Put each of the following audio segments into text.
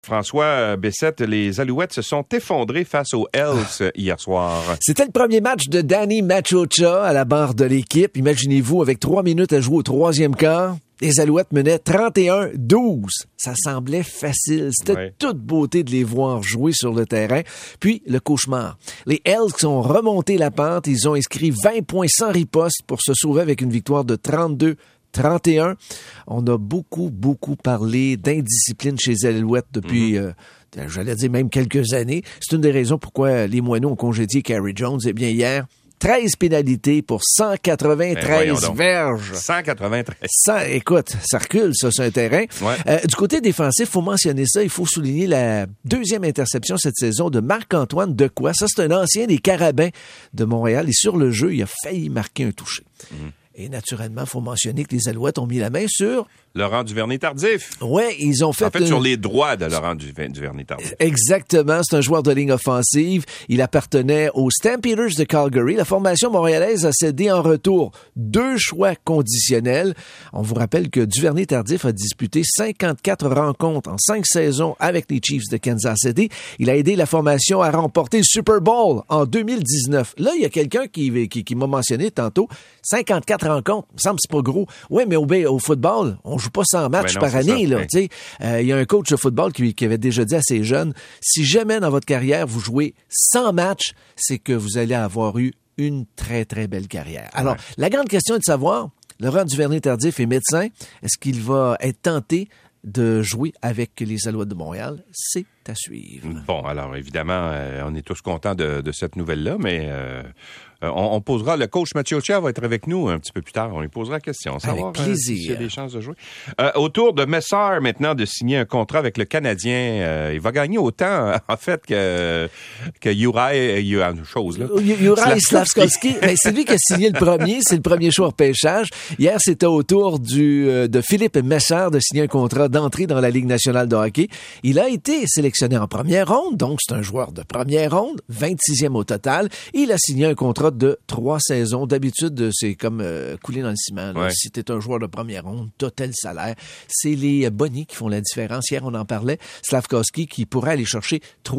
François Bessette, les Alouettes se sont effondrés face aux Elks hier soir. C'était le premier match de Danny Machocha à la barre de l'équipe. Imaginez-vous, avec 3 minutes à jouer au troisième quart, les Alouettes menaient 31-12. Ça semblait facile. C'était toute beauté de les voir jouer sur le terrain. Puis, le cauchemar. Les Elks ont remonté la pente. Ils ont inscrit 20 points sans riposte pour se sauver avec une victoire de 32-31. On a beaucoup parlé d'indiscipline chez les Alouettes depuis, j'allais dire même quelques années. C'est une des raisons pourquoi les Moineaux ont congédié Carey Jones. Eh bien, hier, 13 pénalités pour 193 verges. 193. Écoute, ça recule, ça, sur un terrain. Ouais. Du côté défensif, il faut mentionner ça. Il faut souligner la deuxième interception cette saison de Marc-Antoine Dequoy. Ça, c'est un ancien des Carabins de Montréal. Et sur le jeu, il a failli marquer un touché. Et naturellement, il faut mentionner que les Alouettes ont mis la main sur Laurent Duvernay-Tardif. Oui, ils ont fait... En fait, sur les droits de Laurent Duvernay-Tardif. Exactement. C'est un joueur de ligne offensive. Il appartenait aux Stampeders de Calgary. La formation montréalaise a cédé en retour 2 choix conditionnels. On vous rappelle que Duvernay-Tardif a disputé 54 rencontres en 5 saisons avec les Chiefs de Kansas City. Il a aidé la formation à remporter le Super Bowl en 2019. Là, il y a quelqu'un qui m'a mentionné tantôt 54 rencontres. Il me semble que c'est pas gros. Oui, mais au football, on joue pas 100 matchs par année. Là, il y a un coach de football qui avait déjà dit à ses jeunes, si jamais dans votre carrière vous jouez 100 matchs, c'est que vous allez avoir eu une très, très belle carrière. Alors, la grande question est de savoir, Laurent Duvernay-Tardif est médecin, est-ce qu'il va être tenté de jouer avec les Alouettes de Montréal? C'est à suivre. Bon, alors évidemment, on est tous contents de cette nouvelle-là, mais on posera, le coach Mathieu Chia va être avec nous un petit peu plus tard. On lui posera la question. Avec plaisir. S'il y a des chances de jouer. Autour de Messard, maintenant, de signer un contrat avec le Canadien. Il va gagner autant, en fait, que Juraj, il y a une chose, là. Juraj Slafkovský, c'est lui qui a signé le premier. C'est le premier choix au repêchage. Hier, c'était au tour de Philippe Messard de signer un contrat d'entrée dans la Ligue nationale de hockey. Il a été sélectionné en première ronde, donc c'est un joueur de première ronde, 26e au total. Il a signé un contrat de 3 saisons. D'habitude, c'est comme couler dans le ciment. Là. Si t'es un joueur de première ronde, t'as tel salaire. C'est les bonnies qui font la différence. Hier, on en parlait. Slafkovský qui pourrait aller chercher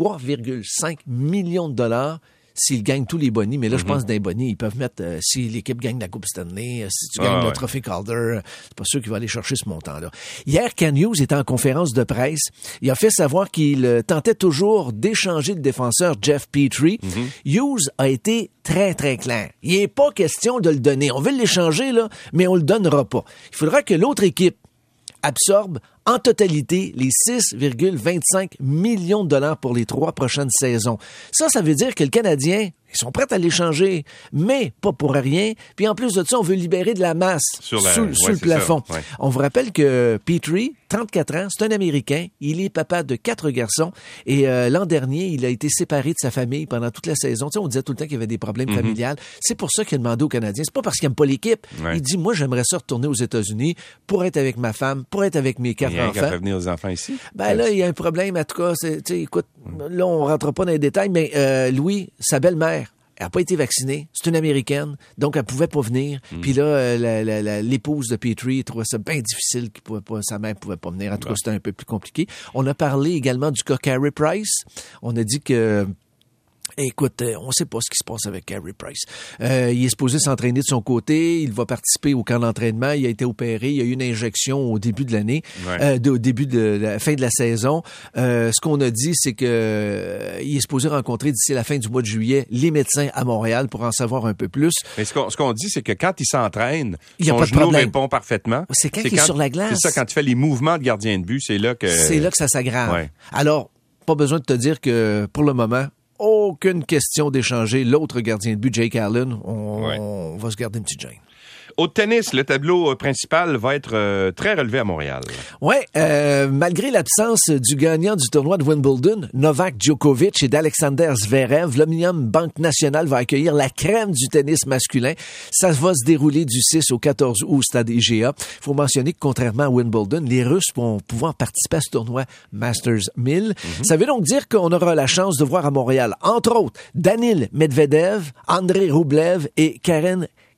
3,5 millions de dollars s'ils gagnent tous les bonnies. Mais là, je pense que dans les bonnies, ils peuvent mettre, si l'équipe gagne la Coupe Stanley, si tu gagnes le trophée Calder, c'est pas sûr qu'il va aller chercher ce montant-là. Hier, Ken Hughes était en conférence de presse. Il a fait savoir qu'il tentait toujours d'échanger le défenseur Jeff Petrie. Hughes a été très, très clair. Il n'est pas question de le donner. On veut l'échanger, là, mais on le donnera pas. Il faudra que l'autre équipe absorbe en totalité les 6,25 millions de dollars pour les 3 prochaines saisons. Ça veut dire que le Canadien, ils sont prêts à l'échanger, mais pas pour rien. Puis en plus de ça, on veut libérer de la masse sous le plafond. On vous rappelle que Petrie, 34 ans, c'est un Américain. Il est papa de 4 garçons. Et l'an dernier, il a été séparé de sa famille pendant toute la saison. Tu sais, on disait tout le temps qu'il y avait des problèmes familiales. C'est pour ça qu'il a demandé aux Canadiens. C'est pas parce qu'il n'aime pas l'équipe. Il dit, moi, j'aimerais ça retourner aux États-Unis pour être avec ma femme, pour être avec mes 4 enfants. Il y a qu'à venir aux enfants ici. Ben là, il y a un problème. En tout cas, écoute, là, on rentre pas dans les détails, mais Louis, sa belle-mère, elle n'a pas été vaccinée. C'est une Américaine, donc elle pouvait pas venir. Puis là, l'épouse de Petrie trouvait ça bien difficile sa mère pouvait pas venir. En tout cas, c'était un peu plus compliqué. On a parlé également du cas Carey Price. On a dit que écoute, on ne sait pas ce qui se passe avec Carey Price. Il est supposé s'entraîner de son côté. Il va participer au camp d'entraînement. Il a été opéré. Il y a eu une injection au début de l'année, au début de la fin de la saison. Ce qu'on a dit, c'est que il est supposé rencontrer d'ici la fin du mois de juillet les médecins à Montréal pour en savoir un peu plus. Mais ce qu'on dit, c'est que quand il s'entraîne, son genou répond parfaitement. C'est quand il est sur la glace. C'est ça, quand tu fais les mouvements de gardien de but, c'est là que ça s'aggrave. Alors, pas besoin de te dire que pour le moment, aucune question d'échanger l'autre gardien de but, Jake Allen. On va se garder une petite gêne. Au tennis, le tableau principal va être très relevé à Montréal. Oui, malgré l'absence du gagnant du tournoi de Wimbledon, Novak Djokovic et d'Alexander Zverev, l'Omnium Banque Nationale va accueillir la crème du tennis masculin. Ça va se dérouler du 6 au 14 août au stade IGA. Il faut mentionner que contrairement à Wimbledon, les Russes vont pouvoir participer à ce tournoi Masters 1000. Ça veut donc dire qu'on aura la chance de voir à Montréal, entre autres, Daniil Medvedev, Andrei Rublev et Karen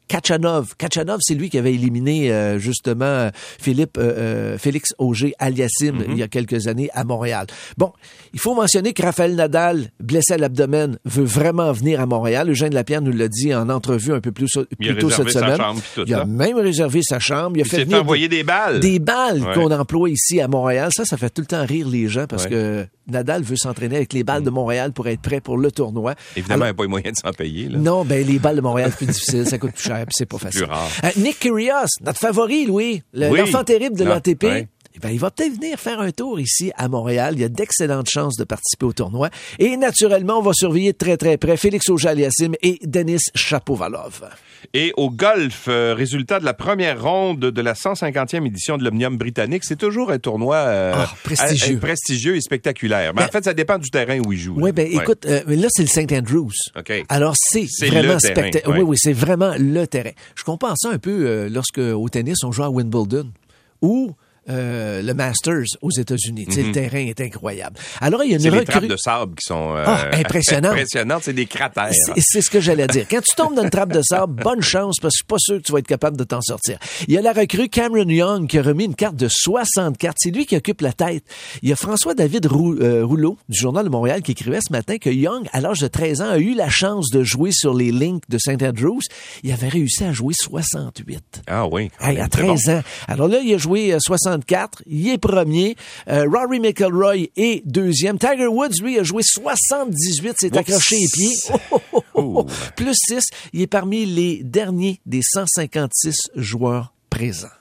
Kachanov. Kachanov, c'est lui qui avait éliminé justement Félix Auger-Aliassime il y a quelques années à Montréal. Bon, il faut mentionner que Rafael Nadal, blessé à l'abdomen, veut vraiment venir à Montréal. Eugène Lapierre nous l'a dit en entrevue un peu plus tôt cette semaine. Il a même réservé sa chambre. Il s'est fait envoyer des balles. Des balles qu'on emploie ici à Montréal. Ça fait tout le temps rire les gens parce que Nadal veut s'entraîner avec les balles de Montréal pour être prêt pour le tournoi. Évidemment, il n'y a pas eu moyen de s'en payer. Là. Non, les balles de Montréal, c'est plus difficile, ça coûte plus cher, puis c'est pas facile. Plus rare. Nick Kyrgios, notre favori, Louis, l'enfant terrible de l'ATP. Oui. Il va peut-être venir faire un tour ici à Montréal. Il y a d'excellentes chances de participer au tournoi. Et naturellement, on va surveiller de très très près Félix Auger-Aliassime et Denis Shapovalov. Et au golf, résultat de la première ronde de la 150e édition de l'Omnium britannique, c'est toujours un tournoi prestigieux et spectaculaire. Mais en fait, ça dépend du terrain où il joue. Oui, écoute, là, c'est le St. Andrews. Okay. Alors, c'est vraiment spectaculaire. Oui, c'est vraiment le terrain. Je compare ça un peu lorsque au tennis, on joue à Wimbledon ou le Masters aux États-Unis. Le terrain est incroyable. Alors, il y a une les trappes de sable qui sont impressionnantes. C'est des cratères. C'est ce que j'allais dire. Quand tu tombes dans une trappe de sable, bonne chance parce que je suis pas sûr que tu vas être capable de t'en sortir. Il y a la recrue Cameron Young qui a remis une carte de 60 cartes. C'est lui qui occupe la tête. Il y a François-David Rouleau du Journal de Montréal qui écrivait ce matin que Young, à l'âge de 13 ans, a eu la chance de jouer sur les links de St. Andrews. Il avait réussi à jouer 68. Ah oui. À 13 ans. Alors là, il a joué 64. Il est premier. Rory McIlroy est deuxième. Tiger Woods, lui, a joué 78. S'est accroché les pieds. Plus 6. Il est parmi les derniers des 156 joueurs présents.